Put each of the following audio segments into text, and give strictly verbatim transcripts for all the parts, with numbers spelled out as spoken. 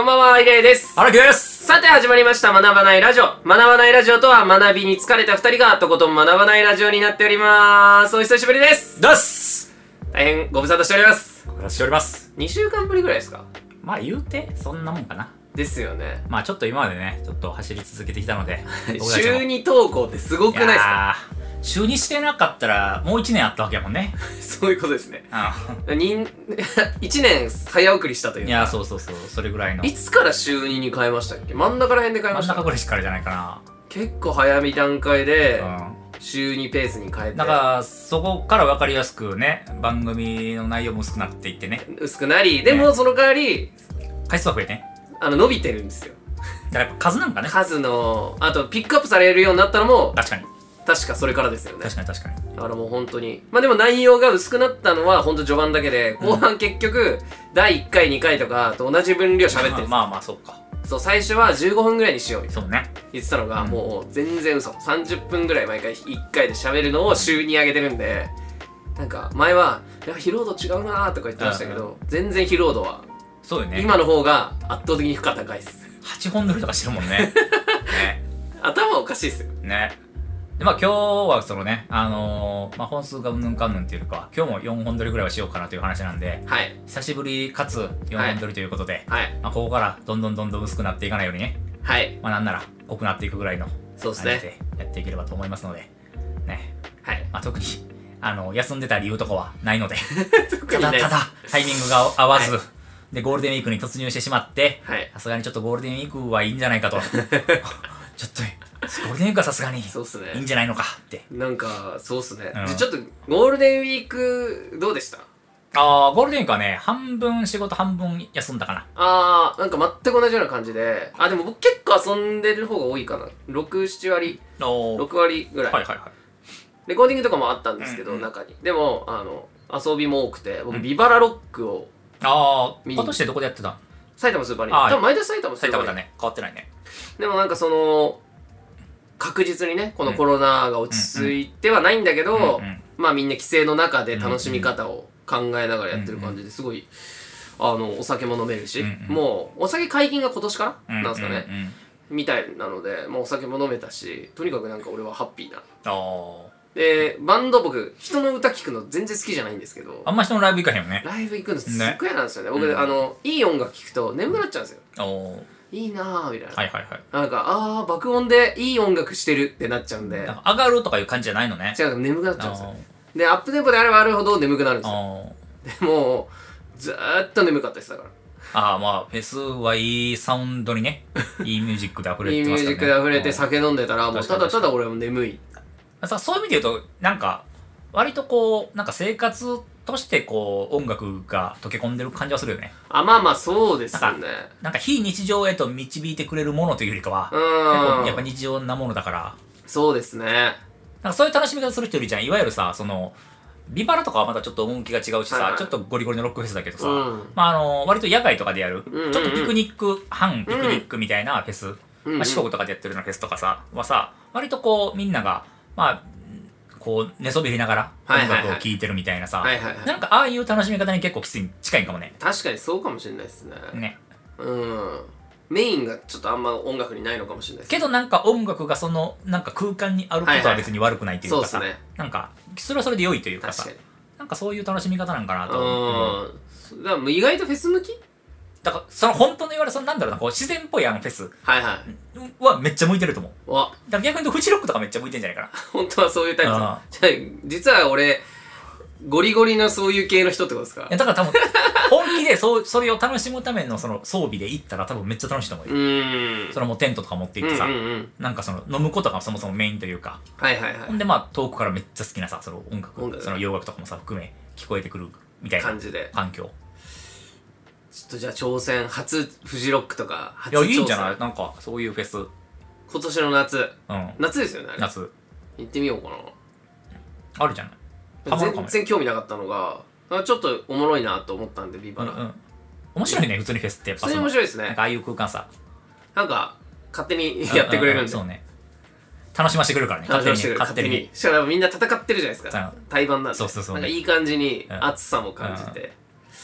んばんは、いれいです。 荒木です。 さて始まりました、学ばないラジオ。学ばないラジオとは、学びに疲れた二人がとことん学ばないラジオになっております。お久しぶりです。 です大変ご無沙汰しております。 ご無沙汰しております。 にしゅうかんぶりぐらいですか？ まあ言うて、そんなもんかな。 ですよね。 まあちょっと今までね、ちょっと走り続けてきたので。 週に投稿ってすごくないですか？ 週にしてなかったら、もういちねんあったわけやもんね。 そういうことですね。 うん。 にいちねん早送りしたというか。 いや、そうそうそう、それぐらいの。 いつから週にに変えましたっけ？真ん中ら辺で変えました？ 真ん中ぐらいしからじゃないかな。 結構早見段階で、 うん。 週にペースに変えて。 だから、そこから分かりやすくね、番組の内容も薄くなっていってね。 薄くなり、でもその代わり、 回数は増えてね。 あの、伸びてるんですよ。 だからやっぱ数なんかね。 数の、あとピックアップされるようになったのも、 確かに。 確かそれからですよね。 確かに確かに。 だからもう本当に。まあでも内容が薄くなったのは本当序盤だけで、後半結局、だいいっかい、にかいとかと同じ分量喋ってる。 まあまあ、そうか。 そう、最初はじゅうごふんぐらいにしようみたいな。 そうね。 言ってたのが、もう全然嘘。さんじゅっぷんぐらい毎回いっかいで喋るのを週に上げてるんで、なんか前は、いや、疲労度違うなーとか言ってましたけど、全然疲労度は、 そうよね。 今の方が圧倒的に負荷高いです。 はちほん撮りとかしてるもんね。ね。 頭おかしいですよ。 ね。で、まあ今日はそのね、あのー、まあ本数がうんぬんかんぬんっていうか、今日もよんほん撮りぐらいはしようかなという話なんで、 はい。 久しぶりかつよんほん撮りということで、 はい。 まあここからどんどんどんどん薄くなっていかないようにね、 はい。 まあなんなら濃くなっていくぐらいの、 そうですね。 でやっていければと思いますので、ね。 はい。 まあ特に、あの、休んでた理由とかはないので、 特にないただただタイミングが合わず、 はいで、ゴールデンウィークに突入してしまって、 はいさすがにちょっとゴールデンウィークはいいんじゃないかと。ちょっと、ゴールデンウィークはさすがにいそうっすね。 いんじゃないのかって。 なんか、そうっすね。 うんじゃちょっと、ゴールデンウィーク、どうでした？ あー、ゴールデンウィークはね、半分仕事半分休んだかな。 あー、なんか全く同じような感じで、あ、でも僕結構遊んでる方が多いかな。ろく、なな割、 おー。 ろく割ぐらい。 はいはいはい。 レコーディングとかもあったんですけど、 うんうん中に。でも、あの、遊びも多くて、僕、ビバラロックを、 あー、 見に今年でどこでやってたん？ 埼玉スーパーに。 あー多分毎年埼玉スーパーに。 埼玉だね。変わってないね。 でもなんかその、確実にね、このコロナが落ち着いてはないんだけど、 うんうんまあみんな規制の中で楽しみ方を考えながらやってる感じですごい、あの、お酒も飲めるし、 うんうんもう、お酒解禁が今年からうんなんですかね、 うんうんみたいなので、もうお酒も飲めたし、とにかくなんか俺はハッピーな。 あー。 で、バンド僕、人の歌聴くの全然好きじゃないんですけど、 あんま人のライブ行かへんよね。 ライブ行くのすっねごい嫌なんですよね。僕、 うんあの、いい音楽聴くと眠くなっちゃうんですよ。 おー。 いいなぁ、みたいな。 はいはいはい。 なんか、あー、爆音でいい音楽してるってなっちゃうんで、 なんか上がるとかいう感じじゃないのね。 違う、眠くなっちゃうんですよあね。で、アップテンポであればあるほど眠くなるんですよ。 ー。 でもう、ずーっと眠かったです、だから。 ああ、まあ、フェスはいいサウンドにね、いいミュージックで溢れいいミュージてますからね。 ックで溢れてうん酒飲んでたら、もうた確かにだただ俺も眠い。 さそういう意味で言うと、なんか、割とこう、なんか生活としてこう、音楽が溶け込んでる感じはするよね。 あ、まあまあ、そうですよね。 なんか非日常へと導いてくれるものというよりかは、 う結ーん。 構やっぱ日常なものだから、 そうですね。 なんかそういう楽しみ方する人いるじゃん。いわゆるさ、その、ビバラとかはまたちょっと趣が違うしさ、 はいはいちょっとゴリゴリのロックフェスだけどさ、 うんまああの、割と野外とかでやる、 んうんうんちょっとピクニック、半ピクニックみたいなフェス、 うんうんまあ、四国とかでやってるようなフェスとかさ、はさ、割とこうみんなが、まあ、こう寝そべりながら音はいはいはい楽を聴いてるみたいなさ、 はいはいはい。 なんかああいう楽しみ方に結構きつい、近いんかもね。 確かにそうかもしれないですね。 ね。 うん。メインがちょっとあんま音楽にないのかもしれないです。 けどなんか音楽がその、なんか空間にあることは別に悪くないというかさ、 はいはいそうっすねなんか、それはそれで良いというかさ確かに。、 なんかそういう楽しみ方なんかなと思う。 うん。だからもう意外とフェス向きだから、その本当の言われ、そのなんだろうな、こう自然っぽいあのフェスはいはい。 はめっちゃ向いてると思う。 わ、 だから逆に言うとフジロックとかめっちゃ向いてんじゃないかな。 本当はそういうタイプうんだ。じゃあ、実は俺、ゴリゴリのそういう系の人ってことですか？ いやだから多分、本気でそう、それを楽しむためのその装備で行ったら多分めっちゃ楽しいと思ううよ。 ーん。 それもテントとか持って行ってさ、 うんうんうん。 なんかその飲むことがそもそもメインというか、 はいはいはい。 ほんでまあ遠くからめっちゃ好きなさ、その音楽、 音楽その洋楽とかもさ、含め聞こえてくるみたいな感じで。 環境。 ちょっとじゃあ挑戦、初フジロックとか、初いや、 挑戦。 いいんじゃないなんか、そういうフェス。うん。 今年の夏。夏ですよね、あれ。 夏。 行ってみようかあるじゃない。 な。 ハマるかもよ全然興味なかったのが、あちょっとおもろいなと思ったんで、ビバラ。 うんうん。面白いね、普通にフェスってやっぱ普通にその面白いですね。 なんかああいう空間さ。 なんか、勝手にやってくれるんで。 そうね。楽しませてくれるからね。 楽しませてくれる。 勝手にね。 しかもみんな戦ってるじゃないですか。対バンなんで。 そうそうそうなんかいい感じにうん熱さも感じて。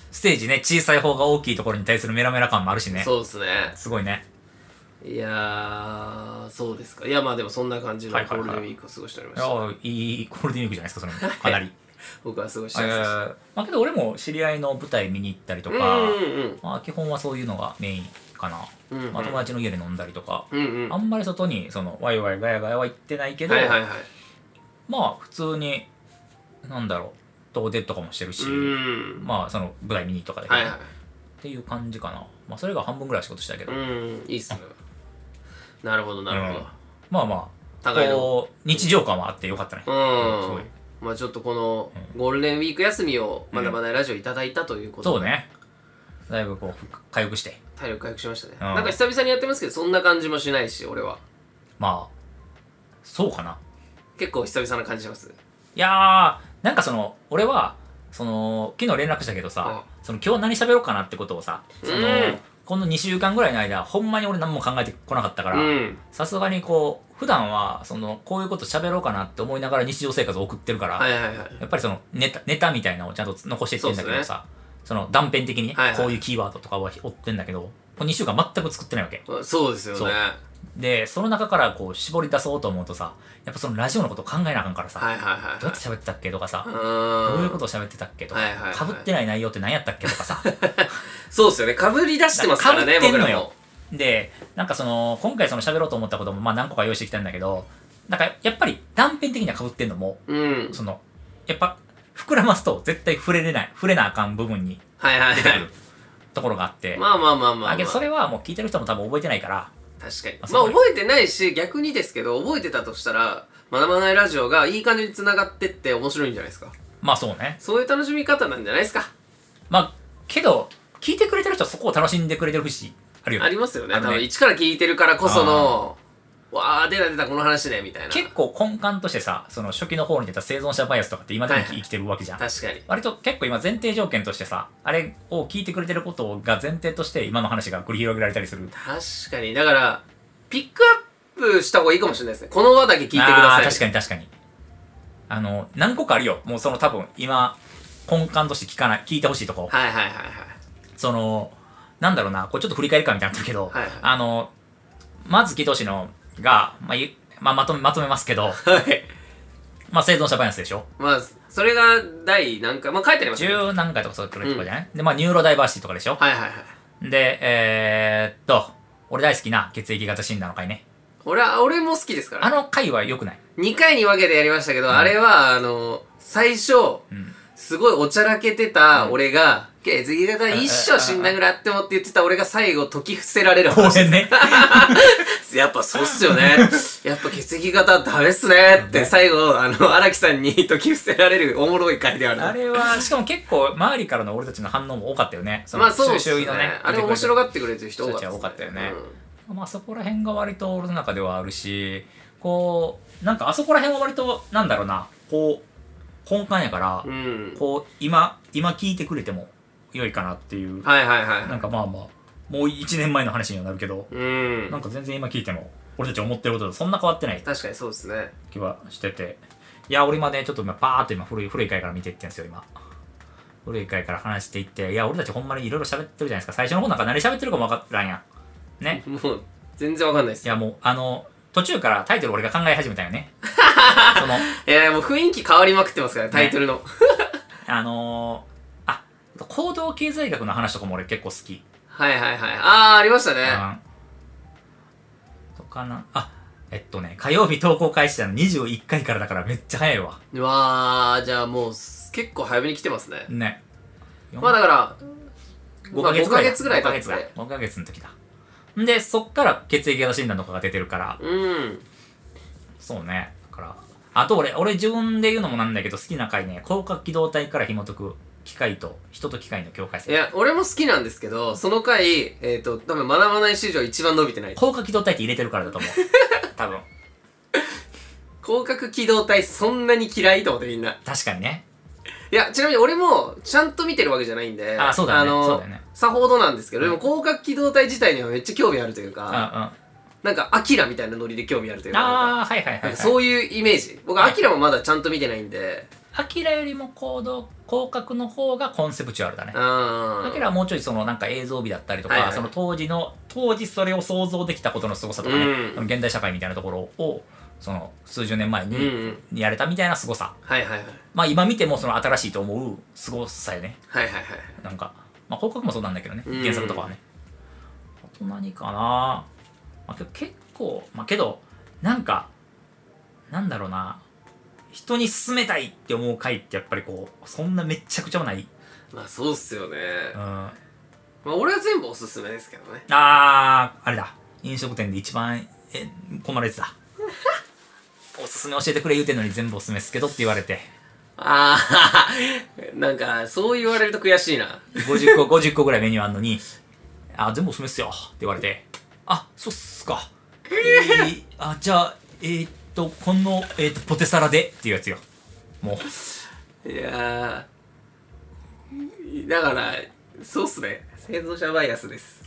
ステージね、小さい方が大きいところに対するメラメラ感もあるしね。 そうですね。 すごいね。 いやー、そうですか。いや、まあでもそんな感じのゴールデンウィークを過ごしておりました。 いやいいゴールデンウィークじゃないですか、それも。かなり。 僕は過ごしてえます。 ー、まあけど俺も知り合いの舞台見に行ったりとか、 うんうんうん。 まあ基本はそういうのがメインかな。 うんうんまあ友達の家で飲んだりとか、 うんうん。 あんまり外にそのワイワイガヤガヤは行ってないけど、 はいはいはい。 まあ普通に、なんだろう、遠出とかもしてるし、 うん。 まあその舞台見にとかだけど、 はいはい。 っていう感じかな。まあそれが半分ぐらい仕事したけど、 うん、いいっすね。なるほどなるほど。 まあまあ、 互いの。 こう、日常感はあってよかったね。 うすごいん。まあちょっとこのゴールデンウィーク休みをまだまだラジオいただいたということで、 そうね。だいぶこう、回復して。 体力回復しましたね。 うんなんか久々にやってますけど、そんな感じもしないし、俺は。 まあ、そうかな。 結構久々な感じします。 いやー、なんかその、俺は、その、昨日連絡したけどさ、その今日何喋ろうかなってことをさ、その、 うんこのにしゅうかんぐらいの間、ほんまに俺何も考えてこなかったかうら、 ん。 さすがにこう、普段は、その、こういうこと喋ろうかなって思いながら日常生活を送ってるから、 はいはいはい。 やっぱりそのネタ、ネタみたいなのをちゃんと残していってんだけどそうさ、その断片的にはいはいこういうキーワードとかは追ってんだけど、このにしゅうかん全く作ってないわけ。 そうですよそうね。 で、その中からこう絞り出そうと思うとさ、やっぱそのラジオのこと考えなあかんからさ、 はいはいはいはい。 どうやって喋ってたっけとかさ、 うどーん。 ういうことを喋ってたっけとかはいはいはい、 かぶってない内容って何やったっけとかさ、 そうですよね。かぶり出してますからね、 被ってん僕らものよ。で、なんかその、今回その喋ろうと思ったこともまあ何個か用意してきたんだけど、なんかやっぱり断片的には被ってんのも、 うん。 その、やっぱ膨らますと絶対触れれない、触れなあかん部分にはいはいはい出てくる。ところがあって、 まあまあまあまあ、まあ。 あけどそれはもう聞いてる人も多分覚えてないから、 確かに。 あそうまあ覚えてないし、逆にですけど、覚えてたとしたら、学ばないラジオがいい感じに繋がってって面白いんじゃないですか。 まあそうね。 そういう楽しみ方なんじゃないですか。 まあ、けど、聞いてくれてる人はそこを楽しんでくれてる節あるよね。 ありますよね。 あのね多分一から聞いてるからこその、わー、出た出たこの話ね、みたいな。 結構根幹としてさ、その初期の方に出た生存者バイアスとかって今でも生きてるわけじゃん。 確かに。 割と結構今前提条件としてさ、あれを聞いてくれてることが前提として今の話が繰り広げられたりする。 確かに。だから、ピックアップした方がいいかもしれないですね。この輪だけ聞いてください。 あー確かに確かに。あの、何個かあるよ。もうその多分今、根幹として聞かない、聞いてほしいとこ。 はいはいはいはい。 その、なんだろうな、これちょっと振り返りかみたいになってるけど、 はいはいあの、まず聞いてほしいのが、まあ、ゆまあ、まとめ、まとめますけど、 はい。 まあ、生存者バイアスでしょまあ、それが第何回、まあ書いてありますね。 十何回とかそういうとこじゃない、で、まあ、ニューロダイバーシティとかでしょ、 はいはいはい。 で、えー、っと、俺大好きな血液型診断の回ね。 俺は、俺も好きですから。 あの回は良くない。 にかいに分けてやりましたけど、あれは、あの、最初、 うん。 すごいおちゃらけてた俺が、血液型一生死んだぐらいって思って言ってた俺が最後解き伏せられる後話編ね。 やっぱそうっすよね。やっぱ血液型ダメっすねって最後、あの、荒木さんに解き伏せられるおもろい回である。 あれは、しかも結構周りからの俺たちの反応も多かったよね。そのまあそうっすね周囲のね。 あれ面白がってくれてる人多かった人たちは多かったよねうんまあそこら辺が割と俺の中ではあるし、こう、なんかあそこら辺は割と、なんだろうな、こう、根幹やから、 うん。 こう、今、今聞いてくれても良いかなっていう、 はいはいはい。 なんかまあまあ、もういちねんまえの話にはなるけど、 うん。 なんか全然今聞いても、俺たち思ってることとそんな変わってない確かにそうですね。 気はしてて。いや、俺今ね、ちょっと今、パーっと今、古い、古い回から見ていってんですよ、今。古い回から話していって、いや、俺たちほんまにいろいろ喋ってるじゃないですか。最初の方なんか何喋ってるかもわからんやん。ね。 もう、全然わかんないです。 いや、もう、あの、途中からタイトル俺が考え始めたよね。その、 いや、もう雰囲気変わりまくってますから、タイトルの。 あのー、あ、行動経済学の話とかも俺結構好き。 はいはいはい。あー、ありましたね。 うんとかな。あ、えっとね、火曜日投稿開始したのにじゅういっかいからだからめっちゃ早いわ。 うわー、じゃあもう、結構早めに来てますね。 ね。 まあだから、 ごかげつぐらいだ。 まあごかげつぐらい経ってごかげつだ。ごかげつの時だ。んで、そっから血液型診断とかが出てるから、 うん。 そうね。だから、あと俺、俺自分で言うのもなんだけど好きな回ね、広角機動隊から紐解く機械と、人と機械の境界線。 いや、俺も好きなんですけど、その回、えっ、と、多分学ばない史上一番伸びてない。 広角機動隊って入れてるからだと思う。多分。 広角機動隊そんなに嫌いと思ってみんな。 確かにね。 いや、ちなみに俺もちゃんと見てるわけじゃないんで、 あそうだよねのそうだよねさほどなんですけど、 うんでも広角機動隊自体にはめっちゃ興味あるといううんうん。 か、 あなんか、アキラみたいなノリで興味あるというか、 あー、はいはいはい、はい。 なんかそういうイメージ。僕、アキラもまだちゃんと見てないんで、 アキラよりも高度広角の方がコンセプチュアルだね。 あアキラはもうちょいそのなんか映像美だったりとか、 はいはいその当時の当時それを想像できたことの凄さとかね、 うんその現代社会みたいなところをその数十年前うんうにんやれたみたいな凄さ、 はいはいはいまあ今見てもその新しいと思う凄さよね。 はいはいはいなんかまあ広角もそうなんだけどね、 うん原作とかはね。あと何かな、まあ、けど結構まあけどなんかなんだろうな、人に勧めたいって思う回ってやっぱりこうそんなめっちゃくちゃもない、 まあそうっすよね、 うん、あまあ俺は全部おすすめですけどね。 あーあれだ、飲食店で一番え困るやつだおすすめ教えてくれ言うてんのに全部おすすめっすけどって言われてああなんかそう言われると悔しいな。 ごじゅっこごじゅっこぐらいメニューあんのにあ全部おすすめっすよって言われて、あそうっすか、えー、あじゃあえー、っとこの、えー、っとポテサラでっていうやつよ。もういやーだからそうっすね、製造者バイアスです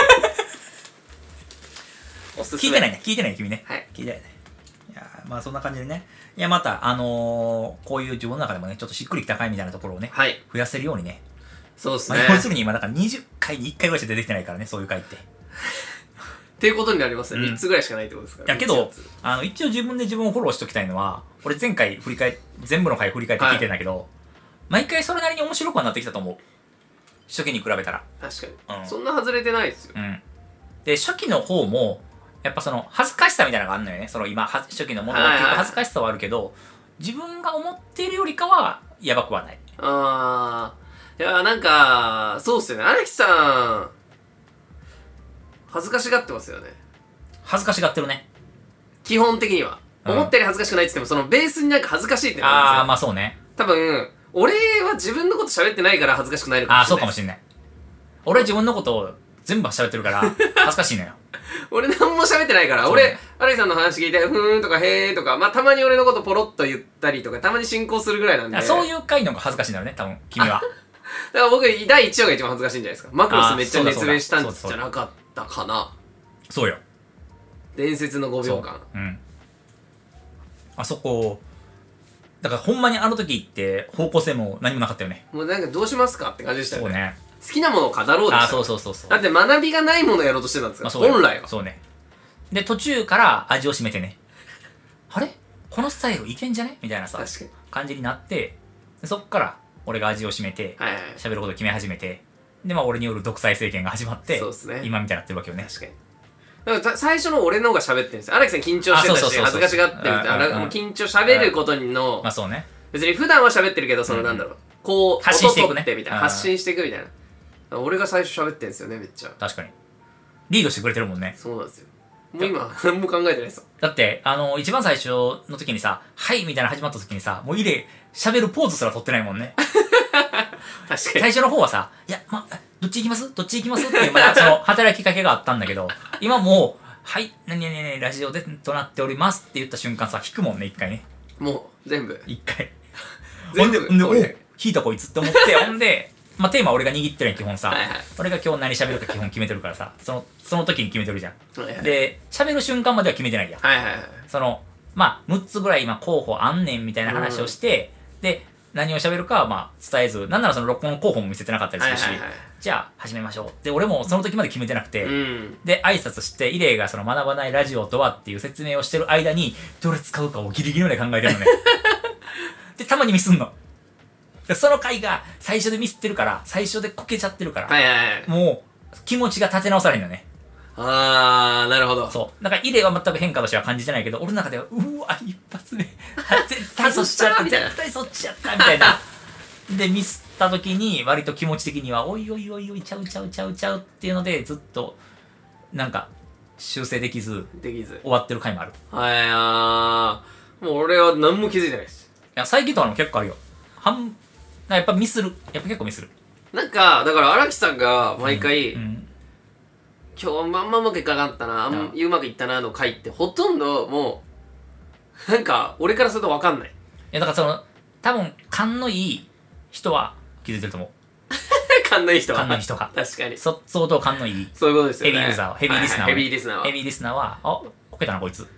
おすすめ聞いてないね、聞いてないね君ね、 はい聞いてないね。いやーまあそんな感じでね、いやまたあのー、こういう自分の中でもねちょっとしっくりきた回みたいなところをね、 はい増やせるようにね、 そうっすね、 まあ、要するに今だからにじゅっかいにいっかいぐらいしか出てきてないからね、そういう回って。 っていうことになりますね、 うんみっつぐらいしかないってことですからいやけどみっつあの一応自分で自分をフォローしときたいのは、俺前回振り返全部の回振り返って聞いてんだけど、毎回それなりに面白くはなってきたと思う、初期に比べたら。 確かに、 うんそんな外れてないですよ。 うんで初期の方もやっぱその恥ずかしさみたいなのがあるのよね。その今は初期のものを聞く恥ずかしさはあるけど、自分が思っているよりかはやばくはない。 あーいやなんかそうっすよね、荒木さん恥ずかしがってますよね、 恥ずかしがってるね。 基本的には、 うん思ったより恥ずかしくないって言ってもそのベースになんか恥ずかしいってのがあああるんですよ。 まあそうね。 多分俺は自分のこと喋ってないから恥ずかしくないのかああもしれないそうかもしんない。俺は自分のことを全部喋ってるから恥ずかしいのよ。 俺何も喋ってないから、 そうね俺荒木さんの話聞いてふーんとかへーとか、まあたまに俺のことポロッと言ったりとかたまに進行するぐらいなんで、 そういう回の方が恥ずかしいんだよね多分君は。 だから僕だいいちわが一番恥ずかしいんじゃないですか。マクロスめっちゃあー熱弁したんそうだそうだじゃなかったかな。 そうよ。 伝説のごびょうかん。 そううん。あそこだからほんまにあの時って方向性も何もなかったよね。 もうなんかどうしますかって感じでしたよね。 そうね。 好きなものを語ろうでしたよ。 あそうそうそうそう。 だって学びがないものをやろうとしてたんですから、 まあそうよ本来は。 そうね。で途中から味を占めてね、あれこのスタイルいけんじゃねみたいなさ確かに。 感じになって、でそっから俺が味を占めてはいはい。 喋ることを決め始めて、でまあ俺による独裁政権が始まって、 そうっすね今みたいになってるわけよね。 確かに。だからた最初の俺の方が喋ってるんですよ。荒木さん緊張してたし、 あそうそうそうそう恥ずかしがってるって、あうんうんうんもう緊張喋ることのまあ、そうね。 別に普段は喋ってるけど、そのなんだろう、こう、 発信していくね音取ってみたいな、 うん発信していくみたいな。俺が最初喋ってんですよね、めっちゃ。 確かに。リードしてくれてるもんね。 そうなんですよ。もう今、何も考えてないですよ。 だって、あの、一番最初の時にさ、はいみたいな始まった時にさ、もうイレ喋るポーズすら取ってないもんね。 確かに。 最初の方はさ、いや、ま、どっち行きますどっち行きますっていう、まだその、働きかけがあったんだけど、今もう、はい、なになになにラジオでとなっておりますって言った瞬間さ、引くもんね、一回ね。 もう、全部。 一回。ほんで、 全部ほんで、お俺だけ引いたこいつって思って、ほんで、まあ、テーマ俺が握ってるやん、基本さ。 はいはい俺が今日何喋るか基本決めてるからさ、その、その時に決めてるじゃん。 はいはいで、喋る瞬間までは決めてないやん。 はいはいはい。 その、まあ、むっつぐらい今候補あんねんみたいな話をして、で、何を喋るかはまあ伝えず、なんならその録音候補も見せてなかったりするし、 はいはいはいじゃあ始めましょう。で、俺もその時まで決めてなくて、 うん。 で、挨拶して、イレイがその学ばないラジオとはっていう説明をしてる間に、どれ使うかをギリギリまで考えてるのね。で、たまにミスんの。でその回が最初でミスってるから、最初でこけちゃってるから、 はいはいはい。 もう気持ちが立て直されへんのね。 あー、なるほど。 そう。だから、イレイは全く変化としては感じてないけど、俺の中では、うわ、一発目。絶対そっちやった、 外したみたいな絶対そっちやった、みたいな。で、ミスった時に、割と気持ち的には、おいおいおいおい、ちゃうちゃうちゃうちゃうっていうので、ずっと、なんか、修正できず、 できず。 終わってる回もある。いはい、あー。もう俺は何も気づいてないです。 や、最近とかも結構あるよ。半、やっぱミスる。やっぱ結構ミスる。 なんか、だから荒木さんが毎回、 うん。 今日まんまうまくいかなかったな、あんうんうまくいったなの回ってほとんどもう、なんか俺からするとわかんない。 いや、だからその、多分、勘のいい人は気づいてると思勘のいい人う。 は。 勘のいい人が。 確かに。 そ、相当勘のいい。 そういうことですよね。 ヘビーユーザーは、ヘビーリスナーは、 はいはいヘビーリスナーは。 ヘビーリスナーは、あ、こけたなこいつって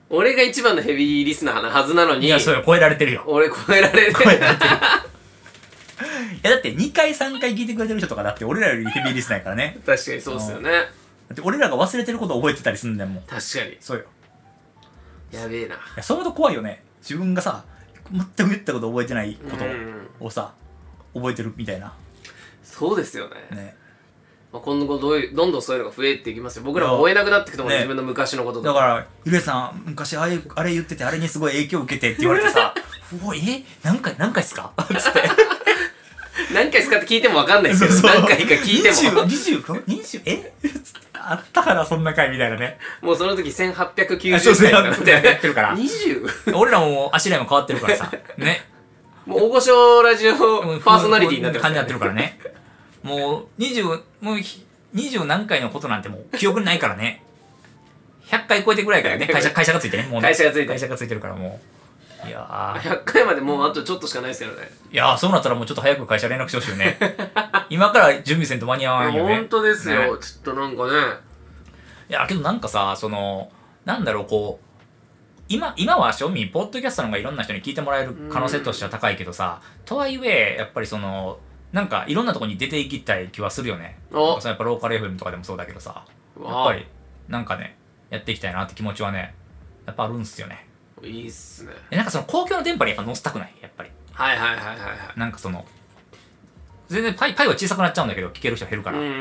俺が一番のヘビーリスナーなはずなのに、 いや、そうよ、超えられてるよ。 俺超えられて超えられてる。いや、だってにかいさんかい聞いてくれてる人とかだって俺らよりヘビーリスナーやからね。 確かにそうっすよね。 だって俺らが忘れてることを覚えてたりすんねんもん。 確かに。 そうよ。 やべえな。いや、そう思うと怖いよね。自分がさ、全く言ったこと覚えてないことをさ、覚えてるみたいな。 そうですよね。 ね。 まあ、今後どういう、どんどんそういうのが増えていきますよ。僕らも追えなくなってくとも、ね、自分の昔のこととか。 だから、ゆれさん、昔あれ、あれ言ってて、あれにすごい影響を受けてって言われてさ、おい、え何回、何回っすかつって。 何回っすかって聞いても分かんないですけど、そうそう何回か聞いても。 にじゅう、にじゅう、えつって、あったからそんな回みたいなね。 もうその時せんはっぴゃくきゅうじゅう回とかってやってるから。 にじゅう? 俺らも足らいも変わってるからさ。ね。 もう大御所ラジオパーソナリティになってる感じになってるからね。もう、にじゅう、もう、にじゅう何回のことなんてもう記憶にないからね。ひゃっかい超えてぐらいからね。会社、会社がついてね。もうね。 会社がついて。 会社がついてるからもう。いやー。 ひゃっかいまでもうあとちょっとしかないですけどね。 いやー、そうなったらもうちょっと早く会社連絡してほしいよね。今から準備せんと間に合わんよね。 本当ですよ。ね、ちょっとなんかね。 いや、けどなんかさ、その、なんだろう、こう、今、今は正味、ポッドキャストの方がいろんな人に聞いてもらえる可能性としては高いけどさ、とはいえ、やっぱりその、なんかいろんなところに出ていきたい気はするよね。そのやっぱローカル エフエム とかでもそうだけどさ、やっぱりなんかね、やっていきたいなって気持ちはね、やっぱあるんすよね。 いいっすね。 なんかその公共の電波にやっぱ乗せたくない、やっぱり。 はいはいはいはいはい。 なんかその、全然パイ、パイは小さくなっちゃうんだけど、聞ける人減るから。 うんうんうんうん。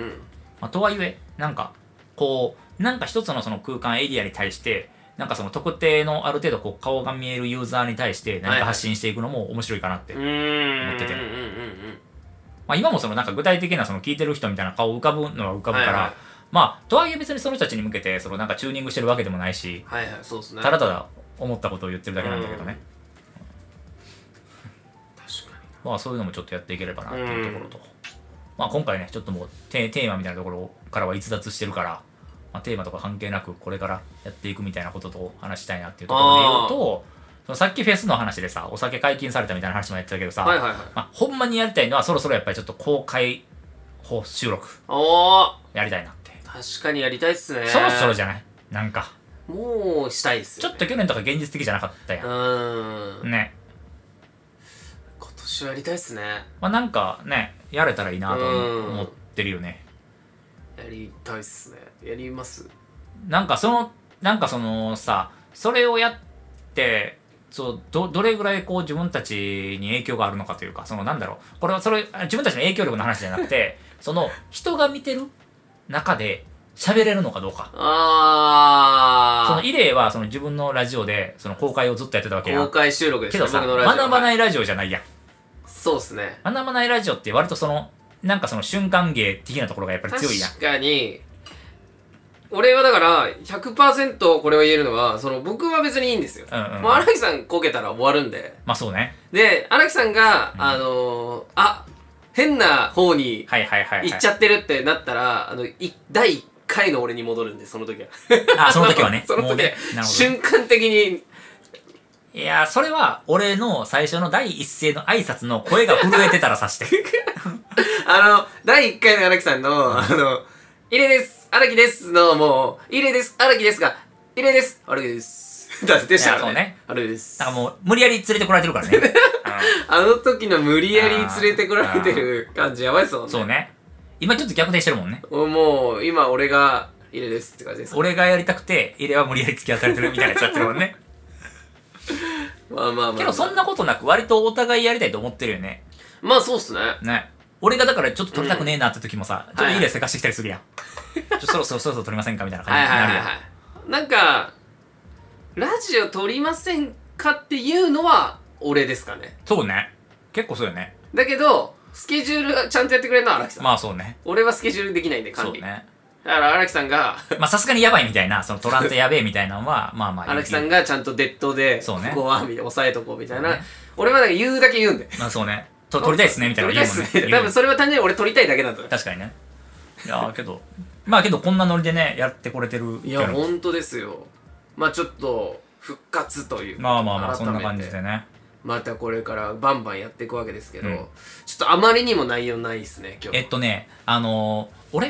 まあ、とはいえ、なんか、こう、なんか一つのその空間エリアに対して、なんかその特定のある程度こう顔が見えるユーザーに対して何か発信していくのも面白いかなって思ってて、まあ今もそのなんか具体的なその聞いてる人みたいな顔浮かぶのは浮かぶから、はいはい、まあとはいえ別にその人たちに向けてそのなんかチューニングしてるわけでもないし、 はいはいそうですね、 ただただ思ったことを言ってるだけなんだけどね。 確かに。 まあそういうのもちょっとやっていければなっていうところと、まあ今回ねちょっともうテーマみたいなところからは逸脱してるから。まあ、テーマとか関係なくこれからやっていくみたいなことと話したいなっていうところで言うと、そのさっきフェスの話でさお酒解禁されたみたいな話もやってたけどさ、 はいはいはい、 まあ、ほんまにやりたいのはそろそろやっぱりちょっと公開収録やりたいなって。 確かにやりたいっすね。 そろそろじゃない、なんかもうしたいっすよ、ね、 ちょっと去年とか現実的じゃなかったやん。 うんね、 今年はやりたいっすね。 まあなんかねやれたらいいなと思ってるよね。 やりたいっすね。やります。 なんかそのなんかそのさそれをやってそうどどれぐらいこう自分たちに影響があるのかというか、そのなんだろう、これはそれ自分たちの影響力の話じゃなくてその人が見てる中で喋れるのかどうか。 ああ。 そのイレイはその自分のラジオでその公開をずっとやってたわけやん。 公開収録ですけどさ、学ばないラジオじゃないやん。 そうっすね。 学ばないラジオって割とそのなんかその瞬間芸的なところがやっぱり強いやん。 確かに俺はだから ひゃくパーセント これを言えるのはその僕は別にいいんですよ。うんうんうん、もう荒木さんこけたら終わるんで。 まあそうね。 で荒木さんが、うん、あのー、あ変な方に行っちゃってるってなったら、あのだいいっかいの俺に戻るんで、その時は。 あその時はね。 その時は、ね、瞬間的に。 いやそれは俺の最初の第一声の挨拶の声が震えてたらさして。 あのだいいっかいの荒木さんのあのイレです荒木ですのもうイレです荒木ですがイレです荒木ですだってしたらね荒木です。 だからもう無理やり連れてこられてるからね。 あの時の無理やり連れてこられてる感じやばいっすもんね。 そうね。今ちょっと逆転してるもんね。 もう今俺がイレですって感じです。 俺がやりたくてイレは無理やり付き合わされてるみたいなやつやってるもんね。 まあまあまあ、まあ、 けどそんなことなく割とお互いやりたいと思ってるよね。 まあそうっすね。 ね。俺がだからちょっと撮りたくねえなって時もさ、うん、ちょっといいレースせかしてきたりするやん。ちょっとそろそろそろそろ撮りませんかみたいな感じになるやん。はいはいはいはい。 なんかラジオ撮りませんかっていうのは俺ですかね。 そうね。結構そうよね。 だけどスケジュールちゃんとやってくれるのは荒木さん。 まあそうね。 俺はスケジュールできないんで管理。 そうね。 だから荒木さんがまあさすがにやばいみたいな、そのトラントやべえみたいなのはまあまあ荒木さんがちゃんとデッドでそうね、 ここは押さえとこうみたいな、ね、俺はなんか言うだけ言うんで。 まあそうね。と撮りたいっすねみたいなの言うもんね。 多分それは単純に俺撮りたいだけなんだよ。 確かにね。いやけどまあけどこんなノリでねやってこれてる。 いやほんとですよ。まあちょっと復活というまあまあまあそんな感じでね。 またこれからバンバンやっていくわけですけど、うん、ちょっとあまりにも内容ないっすね今日。 えっとねあのー、俺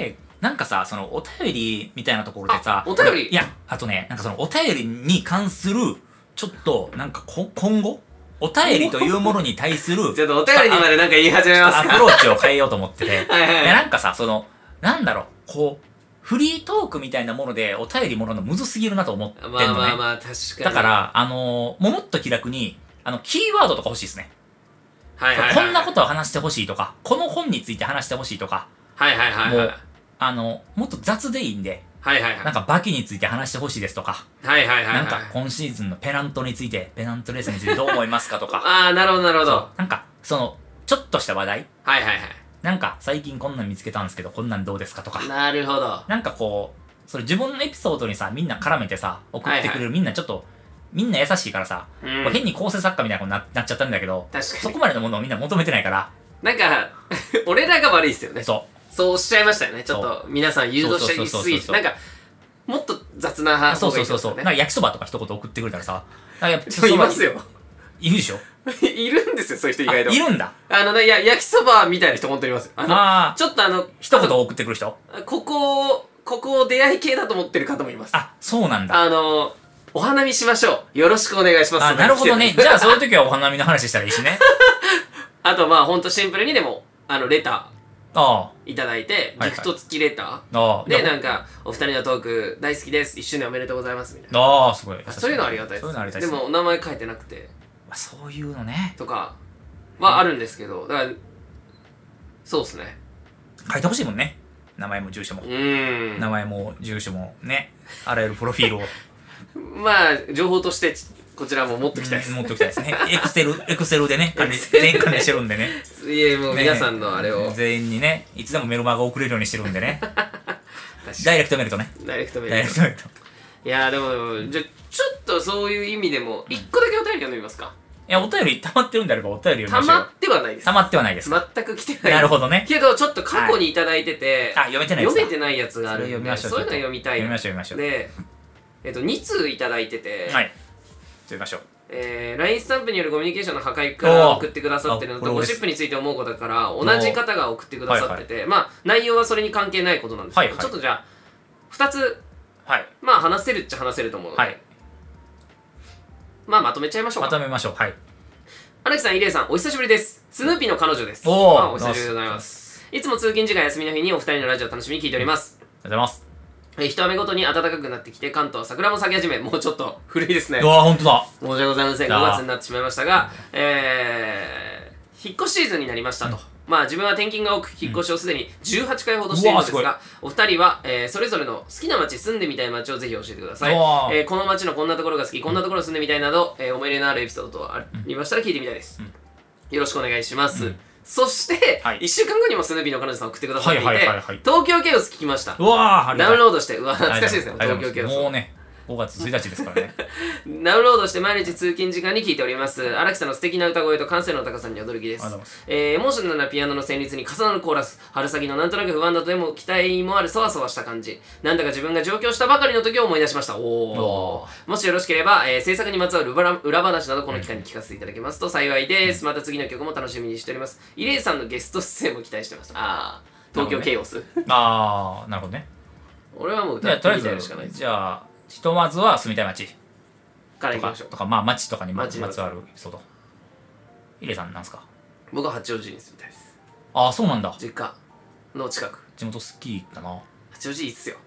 なんかさ、そのお便りみたいなところでさ、 あお便りいや、あとね、なんかそのお便りに関する、ちょっと、なんかこ今後お便りというものに対する、 ちょっとお便りにまでなんか言い始めますか。 アプローチを変えようと思ってて。 はいはいはいいやなんかさ、その、なんだろう、こう、フリートークみたいなものでお便りもらうのむずすぎるなと思ってんのね。 まあまあまあ、確かに。 だか、ら、あのー、ももっと気楽に、あの、キーワードとか欲しいですね。 はいはいはい。 こんなことを話してほしいとか、この本について話してほしいとか、 はいはいはいもうはい。 あの、もっと雑でいいんで、 はいはいはい。 なんかバキについて話してほしいですとか、 はいはいはいはい。 なんか今シーズンのペナントについて、ペナントレースについてどう思いますかとか、 ああ、なるほどなるほど。 そうなんか、その、ちょっとした話題、 はいはいなんか最近こんなん見つけたんですけど、こんなんどうですかとかはい。、なるほど。 なんかこう、それ自分のエピソードにさ、みんな絡めてさ、送ってくれる、 はいはいみんなちょっと、みんな優しいからさ、 うんこう変に構成作家みたいなことにななっちゃったんだけど、 確かにそこまでのものをみんな求めてないから、 なんか、俺らが悪いっすよね。 そそうおっしゃいましたよね。ちょっと皆さん誘導しそうそうそうそうすぎて、なんか、もっと雑なう。 方そうがいいうですよそそうそう。なんかね。 焼きそばとか一言送ってくれたらさ、なんかやっぱでもいますよ。 いるでしょいるんですよ、そういう人意外と。 あいるんだ。 あのね、いや、焼きそばみたいな人本当にいますよ。あの、 ああ、 ちょっとあの、 一言送ってくる人ここを、ここを出会い系だと思ってる方もいます。 あ、そうなんだ。 あの、お花見しましょう。よろしくお願いします。 あ、なるほどね。じゃあそういう時はお花見の話したらいいしね。 あとまあほんとシンプルにでも、あの、レタあーいただいて、 はいはいギフト付きレタあ、ああ。 ー。で、 いやなんか、お二人のトーク大好きです。一周年おめでとうございます。みたいな。 ああ、すごい。 そういうのありがたいです。 そういうのありがたいです。 でも、お名前書いてなくて、 まあそういうのね。 とかはあるんですけど、だから、そうっすね。 書いてほしいもんね。名前も住所もう。ーん。 名前も住所もね。あらゆるプロフィールを。 まあ、情報として、こちらも持っときたいです。 持っておきたいですね。エクセル、エクセルでね、管理、 Excel 全員管理してるんでね。 いえ、もうね皆さんのあれを、 全員にね、いつでもメルマガ送れるようにしてるんでね。 確かダイレクトメールとね。 にダイレクトメダイールレクトメールと。 いやーでも、じゃ、ちょっとそういう意味でも、一個だけお便り読んでみますか。 いや、お便り溜まってるんであればお便り読みましょうよ。 溜まってはないです。 溜まってはないですか。 全く来てない。 なるほどね。 けど、ちょっと過去にいただいてて、 あ、読めてないですか。 読めてないやつがあるんで、 それ読みましょうそういうの読みたいな。 読みましょう読みましょう。 で、えっと、に通いただいてて、 はい。読みましょう。 えー、ライン スタンプによるコミュニケーションの破壊から送ってくださってるのと、 おーあこれ俺ですゴシップについて思うことから、同じ方が送ってくださってて、まあ、内容はそれに関係ないことなんですけど、 はいはいちょっとじゃあ、二つ、 はい。 まあ、話せるっちゃ話せると思うので、 はい。 まあ、まとめちゃいましょうか。 まとめましょう。はい。 荒木さん、イレイさん、お久しぶりです。スヌーピーの彼女です。 おーまあお久しぶりでございます。いつも通勤時間休みの日にお二人のラジオを楽しみに聞いております。 ありがとうございます。 えー一雨ごとに暖かくなってきて、関東は桜も咲き始め、もうちょっと古いですね。 うわー、ほんとだ。 申し訳ございません。 あーごがつになってしまいましたが、えー、引っ越しシーズンになりましたと。まあ自分は転勤が多く、引っ越しをすでにじゅうはちかいほどしているのですうわが、お二人は、えー、それぞれの好きな街、住んでみたい街をぜひ教えてください。 うわーえー、この街のこんなところが好き、こんなところに住んでみたいなど、えー、思い入れのあるエピソードとありましたら聞いてみたいです。よろしくお願いします。 うんそして、 はいいっしゅうかんごにもスヌーピーの彼女さん送ってくださっていて、 はいはいはいはい東京ケオス聞きましたう。わー、ありがたいダウンロードして、うわ、懐かしいですね、 ありがとう東京ケオス。 ございますもうね、ごがつついたちですからね。 ダウンロードして毎日通勤時間に聞いております。荒木さんの素敵な歌声と感性の高さに驚きですありがとうございます。 えー、エモーショナルなピアノの旋律に重なるコーラス、春先のなんとなく不安だとでも期待もあるそわそわした感じ。なんだか自分が上京したばかりの時を思い出しました。おおー。もしよろしければ、えー、制作にまつわる裏裏話などこの期間に聞かせていただけますと幸いです。また次の曲も楽しみにしております。イレイさんのゲスト出演も期待してます。あー、東京ケイオス。 あー、なるほどね。 俺はもうじゃあ、 歌ってみたいとりあえず、 のしかないです。 じゃあ、ひとまずは住みたい街とか、 から行きましょうと。かまあ街とかにま街のまつわるエピソード。イレさんなんすか。 僕は八王子に住みたいです。 ああ、そうなんだ。 実家の近く。 地元好きだな。 八王子いいっすよ。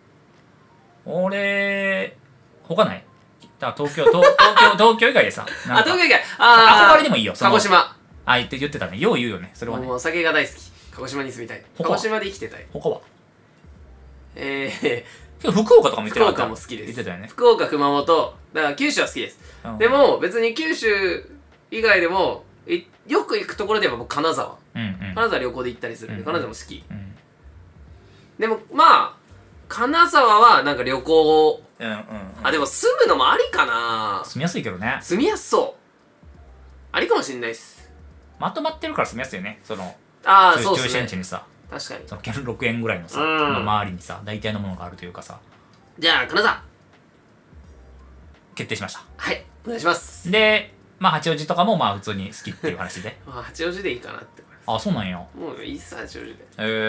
俺、他ないだから東京、東東京、東京以外でさ。なんあ、 か東京以外。あー憧れでもいいよその鹿児島。 あ、言って言ってたね。よう言うよね。それはねも。うお酒が大好き。鹿児島に住みたい。鹿他は児島で生きてたい。 他はえー、 けど福岡とかも言って福なかった岡も好きです。 言ってたよね。 福岡、熊本。だから九州は好きです。 うんで、も、別に九州以外でも、いよく行くところで言えば僕金沢。 うんうん。 金沢旅行で行ったりするんで、 うん金沢も好き。 うんでも、まあ、金沢はなんか旅行を、 うんうんうん。 あ、でも住むのもありかな。 住みやすいけどね。 住みやすそう。ありかもしんないっす。 まとまってるから住みやすいよね。その、 ああ、 中中そうっすね。 心地にさ、 確かに。 そのろくえんぐらいのさ、 うんの周りにさ、大体のものがあるというかさ、 じゃあ、金沢。 決定しました。 はい、お願いします。 で、まあ八王子とかもまあ普通に好きっていう話で。 まあ、八王子でいいかなって思います。 あ、そうなんや。 もういいっす、八王子で。 えー、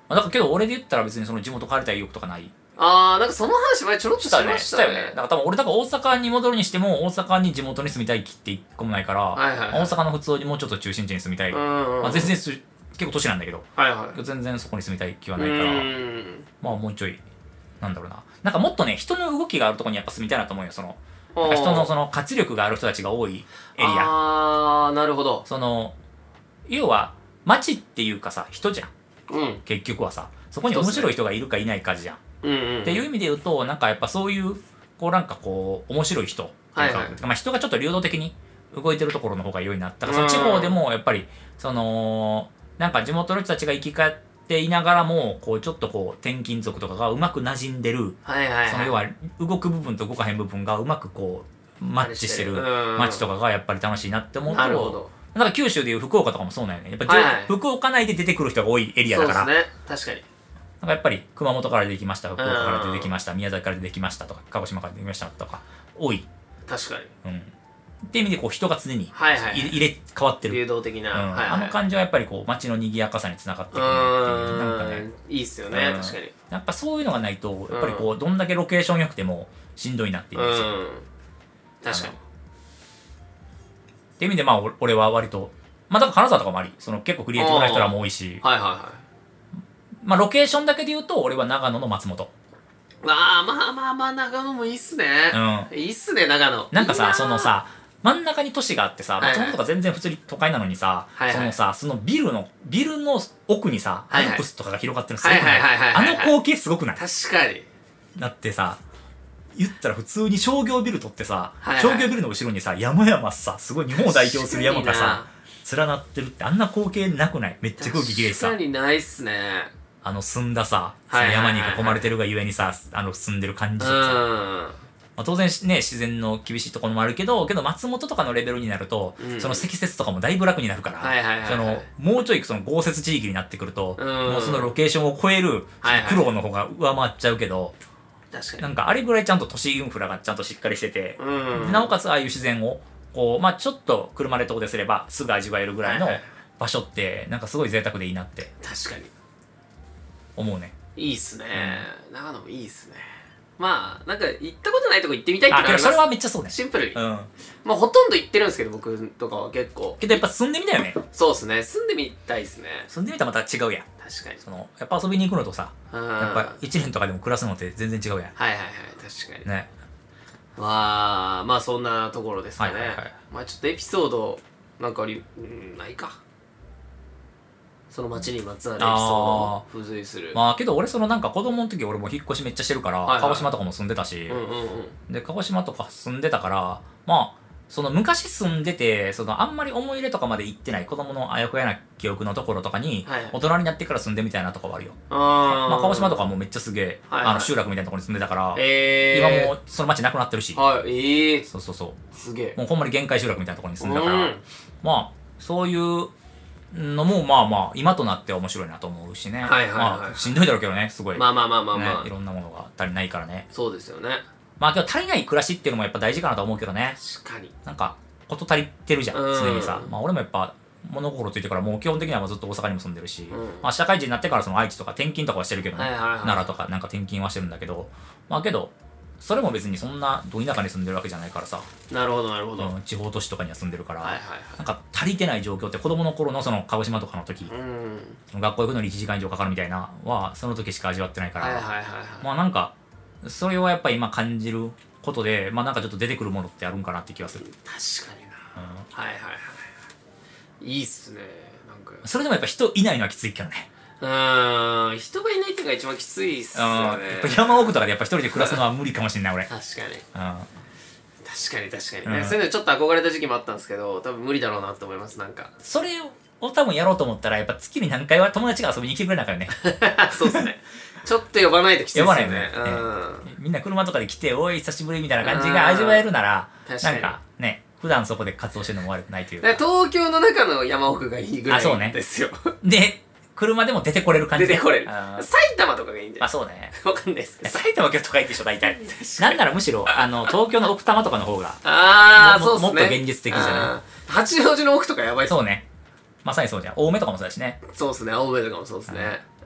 あだからけど俺で言ったら別にその地元帰りたい意欲とかない。 あー、なんかその話前ちょろっとししたね、 ましたよね。だから多分俺だから大阪に戻るにしても、大阪に地元に住みたい気って一個もないから、 はいはいはい大阪の普通にもうちょっと中心地に住みたい。 うんうん。 まあ、全然す結構都市なんだけど、 はいはい。 全然そこに住みたい気はうないから、 ーん。 まあもうちょい、なんだろうな。なんかもっとね、人の動きがあるところにやっぱ住みたいなと思うよ。その、なんか人のその活力がある人たちが多いエリア。 あー、なるほど。 その、要は、街っていうかさ、人じゃん。 うん。 結局はさ、そこに面白い人がいるかいないかじゃん。 うんうん。 っていう意味で言うと、なんかやっぱそういう、こうなんかこう、面白い人っていうか、 はいはいまあ人がちょっと流動的に動いてるところの方が良いな。だからその地方でもやっぱり、その、なんか地元の人たちが生き返っていながらも、こうちょっとこう転勤族とかがうまく馴染んでる、 はいはいはい。 その要は動く部分と動かへん部分がうまくこう、マッチしてるうん街とかがやっぱり楽しいなって思うと、 なるほど。 なんか九州でいう福岡とかもそうなんよね。やっぱり、 はいはい福岡内で出てくる人が多いエリアだから、 そうですね。確かに。 なんかやっぱり熊本から出てきました、福岡から出てきました、宮崎から出てきましたとか、鹿児島から出てきましたとか、多い。 確かに。 うん。っていう意味でこう人が常にはいはいはい入れ入れ替わってる。 流動的な。 うんはいはい。 あの感じはやっぱりこう街の賑やかさにつながってくうるなっていう、なんかーね、 ん。いいっすよね。 うん確かに。 やっぱそういうのがないと、やっぱりこう、どんだけロケーション良くてもしんどいなっていううイメージ。っん。確かに。 ていう意味でまあお俺は割と、まあだから金沢とかもあり、その結構クリエイティブな人らも多いし、 はいはいはい。 まあロケーションだけで言うと、俺は長野の松本。 まあまあまあまあ、長野もいいっすね。 ういいっすね、長野。 なんかさ、 いいなその、さ、真ん中に都市があってさ、 はいはい松本とか全然普通に都会なのにさ、 はいはいそのさ、そのビルの、ビルの奥にさ、アはいはいルプスとかが広がってるのすごくないはいはいはいはいはいあの光景すごくない確かに。 だってさ、言ったら普通に商業ビルとってさ、 はいはい商業ビルの後ろにさ、山々さ、すごい日本を代表する山がさ、連なってるってあんな光景なくないめっちゃ空気きれいしさ確か。にないっすね。 あの澄んださ、 はいはいはいはい山に囲まれてるがゆえにさ、あの住んでる感うじとかさ、 ん。 まあ、当然ね、自然の厳しいところもあるけど、けど松本とかのレベルになると、 うんその積雪とかもだいぶ楽になるから、 はいはいはいはいその、もうちょいその豪雪地域になってくると、 うんもうそのロケーションを超えるはいはい苦労の方が上回っちゃうけど、 確かに。 なんかあれぐらいちゃんと都市インフラがちゃんとしっかりしてて、 うん。 なおかつああいう自然を、こう、まあちょっと車で遠出すればすぐ味わえるぐらいのはいはい場所って、なんかすごい贅沢でいいなって確かに。 思うね。 いいっすね。長野もいいっすね。まあ、なんか行ったことないとこ行ってみたいってあ、 のありますけどそれはめっちゃそうね。 シンプルに。 うん。 まあ、ほとんど行ってるんですけど、僕とかは結構。 けどやっぱ住んでみたよね。 そうっすね。住んでみたいっすね。 住んでみたらまた違うやん。 確かに。 その、やっぱ遊びに行くのとさ、 うん。 やっぱいちねんとかでも暮らすのって全然違うやん。 はいはいはい。確かに。 ね。 まあ、まあそんなところですかね。 はいはいはいまあちょっとエピソード、なんかあり、うん、ないか。その街にまつわるエピソードを付随する。 まあけど俺そのなんか子供の時俺も引っ越しめっちゃしてるから、 はいはい鹿児島とかも住んでたし、 うんうんうん。 で、鹿児島とか住んでたから、まあ、その昔住んでて、そのあんまり思い入れとかまで行ってない子供のあやふやな記憶のところとかに、 はいはい大人になってから住んでみたいなとかはあるよ。 あまあ鹿児島とかもめっちゃすげえ、 はいはいあの集落みたいなところに住んでたから、 えー、 今もうその町なくなってるし、 はい、ええー、 そうそうそう。 すげえ。 もうほんまに限界集落みたいなところに住んでたから、 うんまあ、そういうのもまあまあ、今となっては面白いなと思うしね。 はいはいはいまあ、しんどいだろうけどね、すごい。 まあまあまあまあまあ、 ね、いろんなものが足りないからね。 そうですよね。 まあけど足りない暮らしっていうのもやっぱ大事かなと思うけどね。 確かに。 なんか、こと足りてるじゃん、 うん常にさ。まあ俺もやっぱ、物心ついてからもう基本的にはもうずっと大阪にも住んでるし、 んまあ社会人になってからその愛知とか転勤とかはしてるけどね、 はいはいはい奈良とかなんか転勤はしてるんだけど、まあけど、それも別にそんなど田舎に住んでるわけじゃないからさ、 なるほどなるほど。はいうん、地方都市とかには住んでるから、 はいはなんか足りてない状況って子供の頃のその鹿児島とかの時、 い。うん。 その学校行くのにいちじかん以上かかるみたいなは、その時しか味わってないから、 はいはいはいはい。 まあなんか、それをやっぱり今感じることで、まあなんかちょっと出てくるものってあるんかなって気がする。 確かにな。 うんはいはいはい。いいっすね。なんか。 それでもやっぱ人いないのはきついけどね。 うーん、人がいないっていうのが一番きついっすうん。 よやっね。 ぱ山奥とかでやっぱ一人で暮らすのは無理かもしれない、俺。うん。 確かに。確かに確かに、ねうんそういうのちょっと憧れた時期もあったんですけど、多分無理だろうなって思います、なんか。 それを多分やろうと思ったら、やっぱ月に何回は友達が遊びに来てくれなあかんよね。 そうっすね。ちょっと呼ばないときついっすよね。 呼ばないとねうん。 みんな車とかで来て、おい、久しぶりみたいな感じが味わえるなら、 確かになんかね、普段そこで活動してるのも悪くないというか。 だから東京の中の山奥がいいぐらあそうねいですよ。 で、車でも出てこれる感じで。 出てこれる。 あー埼玉とかがいいんじゃまあないそうね。 わかんないですけど。 埼玉京都かいって人大体。なんならむしろ、あの、東京の奥多摩とかの方が、 あー、 もそうっすね。 もっと現実的じゃないあー八王子の奥とかやばいっすそうね。まさにそうじゃん。青梅とかもそうだしね。 そうっすね。青梅とかもそうっすね。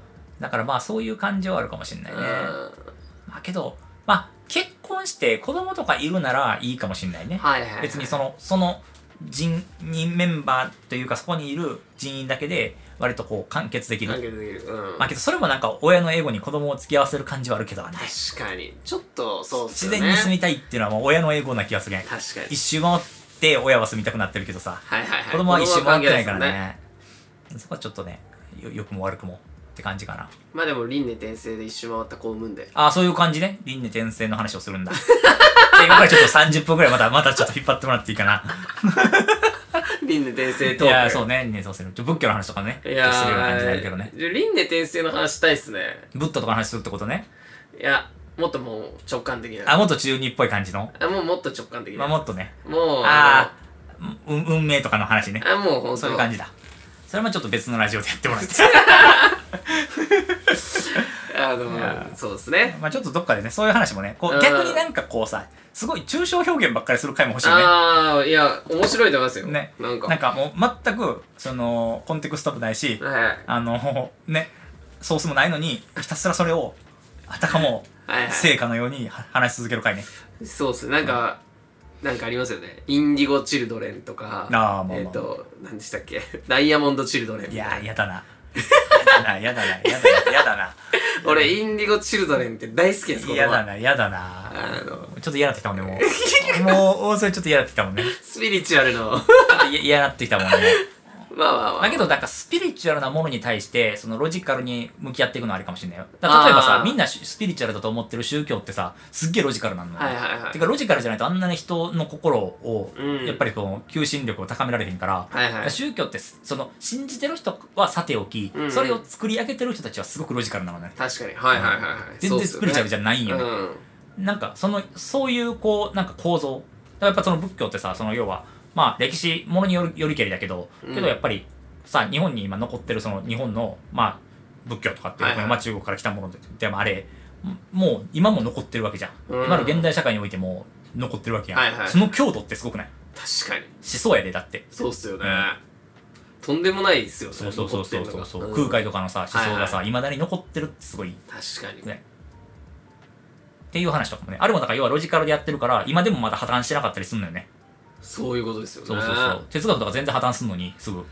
だからまあそういう感じはあるかもしれないね。 うんまあけど、まあ結婚して子供とかいるならいいかもしれないね。 はいはいはい、 別にその、その人員メンバーというかそこにいる人員だけで割とこう完結できる。 完結できる。うん。 まあけどそれもなんか親のエゴに子供を付き合わせる感じはあるけどね。 確かに。ちょっとそうっす自よね。 然に住みたいっていうのはもう親のエゴな気がするね。 確かに。 一周回って親は住みたくなってるけどさ、 はいはいはい。 子供は一周回ってないから子供は関係ね。そこはちょっとね、よ良くも悪くもって感じかな。 まあでも輪廻転生で一周回った子を産むんで。 ああ、そういう感じね。輪廻転生の話をするんだ。じゃあ今からちょっとさんじゅっぷんくらいまた、またちょっと引っ張ってもらっていいかな。 輪廻転生トーク。 いや、そうね。輪廻転生の。ちょ仏教の話とかね。 いやー、 するような感じになるけどね。 輪廻転生の話したいっすね。 ブッダとかの話するってことね。 いや、もっともう直感的な。 あ、もっと中二っぽい感じの。 あ、もうもっと直感的な。 まあもっとね。 もう、 ああ、う運命とかの話ね。 あ、もうほんと。 そういう感じだ。それもちょっと別のラジオでやってもらって。 あの、そうですね。 まあちょっとどっかでね、そういう話もね、こううん逆になんかこうさ、すごい抽象表現ばっかりする回も欲しいよね。 ああ、いや、面白いと思いますよ。 ね。 なんか。 なんかもう全く、その、コンテクストもないし、 はい。 あの、ね、ソースもないのに、ひたすらそれを、あたかも、 はいはい成果のようには話し続ける回ね。 そうっすね。なんか、なんかありますよね。インディゴチルドレンとか、 あーまあまあえっと、何でしたっけダイヤモンドチルドレンみいやー、 たいな。 やだな。やだな、やだな、やだな、やだな。 俺、インディゴチルドレンって大好きです、な。 やだな、やだな。 あの、 ちょっと嫌なってきたもんね、もう。もう、もうそれちょっと嫌なってきたもんね。 スピリチュアルの、 ちょっと嫌なってきたもんね。 まあまあまあ。 だけど、なんかスピリチュアルなものに対して、そのロジカルに向き合っていくのはありかもしれないよ。だから例えばさ、 あーみんなスピリチュアルだと思ってる宗教ってさ、すっげえロジカルなのよ。 はいはいはいてか、ロジカルじゃないとあんなに人の心を、 うんやっぱりこの求心力を高められへんから、 はいはい宗教って、その、信じてる人はさておき、 うんうんそれを作り上げてる人たちはすごくロジカルなのね。 確かに。はいはいはいはい。 全然スピリチュアルじゃないんよね。 うん。 なんか、その、そういう、こう、なんか構造。だからやっぱその仏教ってさ、その要は、まあ歴史、ものによるよりけりだけど、 うんけどやっぱり、さ、日本に今残ってるその日本の、まあ、仏教とかっていう、 はいはいまあ中国から来たもので、でもあれ、もう今も残ってるわけじゃん。 うん今の現代社会においても残ってるわけやん。 はいはいその強度ってすごくない？ 確かに。 思想やで、だって。 そうっすよね。 うんとんでもないですよね。 そうそうそうそうそうそう、 残ってんのが空海とかのさ、思想がさ、 はいはい未だに残ってるってすごい。 確かに。 ね。っていう話とかもね。あれもだから要はロジカルでやってるから、今でもまだ破綻してなかったりすんのよね。 そういうことですよね。 そうそうそう。哲学とか全然破綻すんのに、すぐ。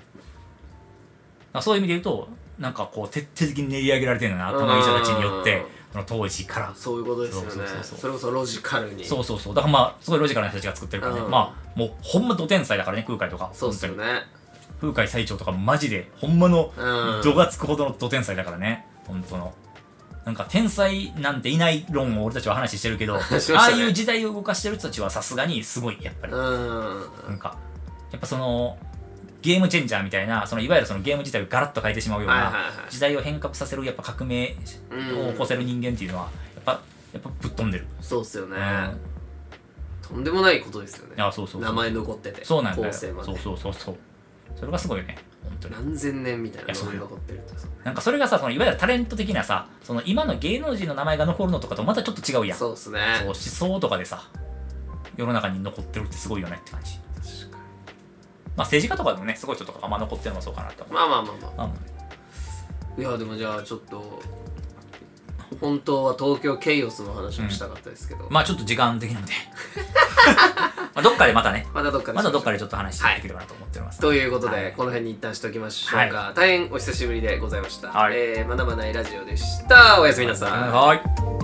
そういう意味で言うと、なんかこう、徹底的に練り上げられてるんだな、この人たちによって、その当時から。 そういうことですよね。 そうそうそうそうそれこそロジカルに。 そうそうそう。だからまあ、すごいロジカルな人たちが作ってるからね。 うんまあ、もうほんまド天才だからね、空海とか。 そうっすよね。 本当に空海最長とかマジで、ほんまの、 うん度がつくほどのド天才だからね。本当の。なんか天才なんていない論を俺たちは話してるけど、 しましたねああいう時代を動かしてる人たちはさすがにすごい、やっぱり。 うん。 なんか、やっぱその、ゲームチェンジャーみたいな、そのいわゆるそのゲーム自体をガラッと変えてしまうようなはいはいはい時代を変革させるやっぱ革命を起こせる人間っていうのは、やっぱ、やっぱぶっ飛んでる。 そうっすよね。 うんとんでもないことですよね。 あそうそうそう名前残ってて。 そうなんだよ。 後世までそうそうそうそう。それがすごいよね。本当に。 何千年みたいいやそうよな名前残ってるってさ。 なんかそれがさ、そのいわゆるタレント的なさ、その今の芸能人の名前が残るのとかとまたちょっと違うやん。そうそうっすね。 思想とかでさ、世の中に残ってるってすごいよねって感じ。 確かまあ政治家とかでもね、すごい人とかあんま残ってるのもそうかなと思う。 にまあまあまあまあ。 あもうねいや、でもじゃあちょっと、本当は東京ケイオスの話もしたかったですけど。 まあちょっと時間的なので。まあどっかでまたね、 またどっかで。 まだどっかでちょっと話してできればなと思っております。 ということで、 はいこの辺に一旦しておきましょうか。大変お久しぶりでございました。 はいえー、学ばないラジオでした。おやすみなさい。 はい。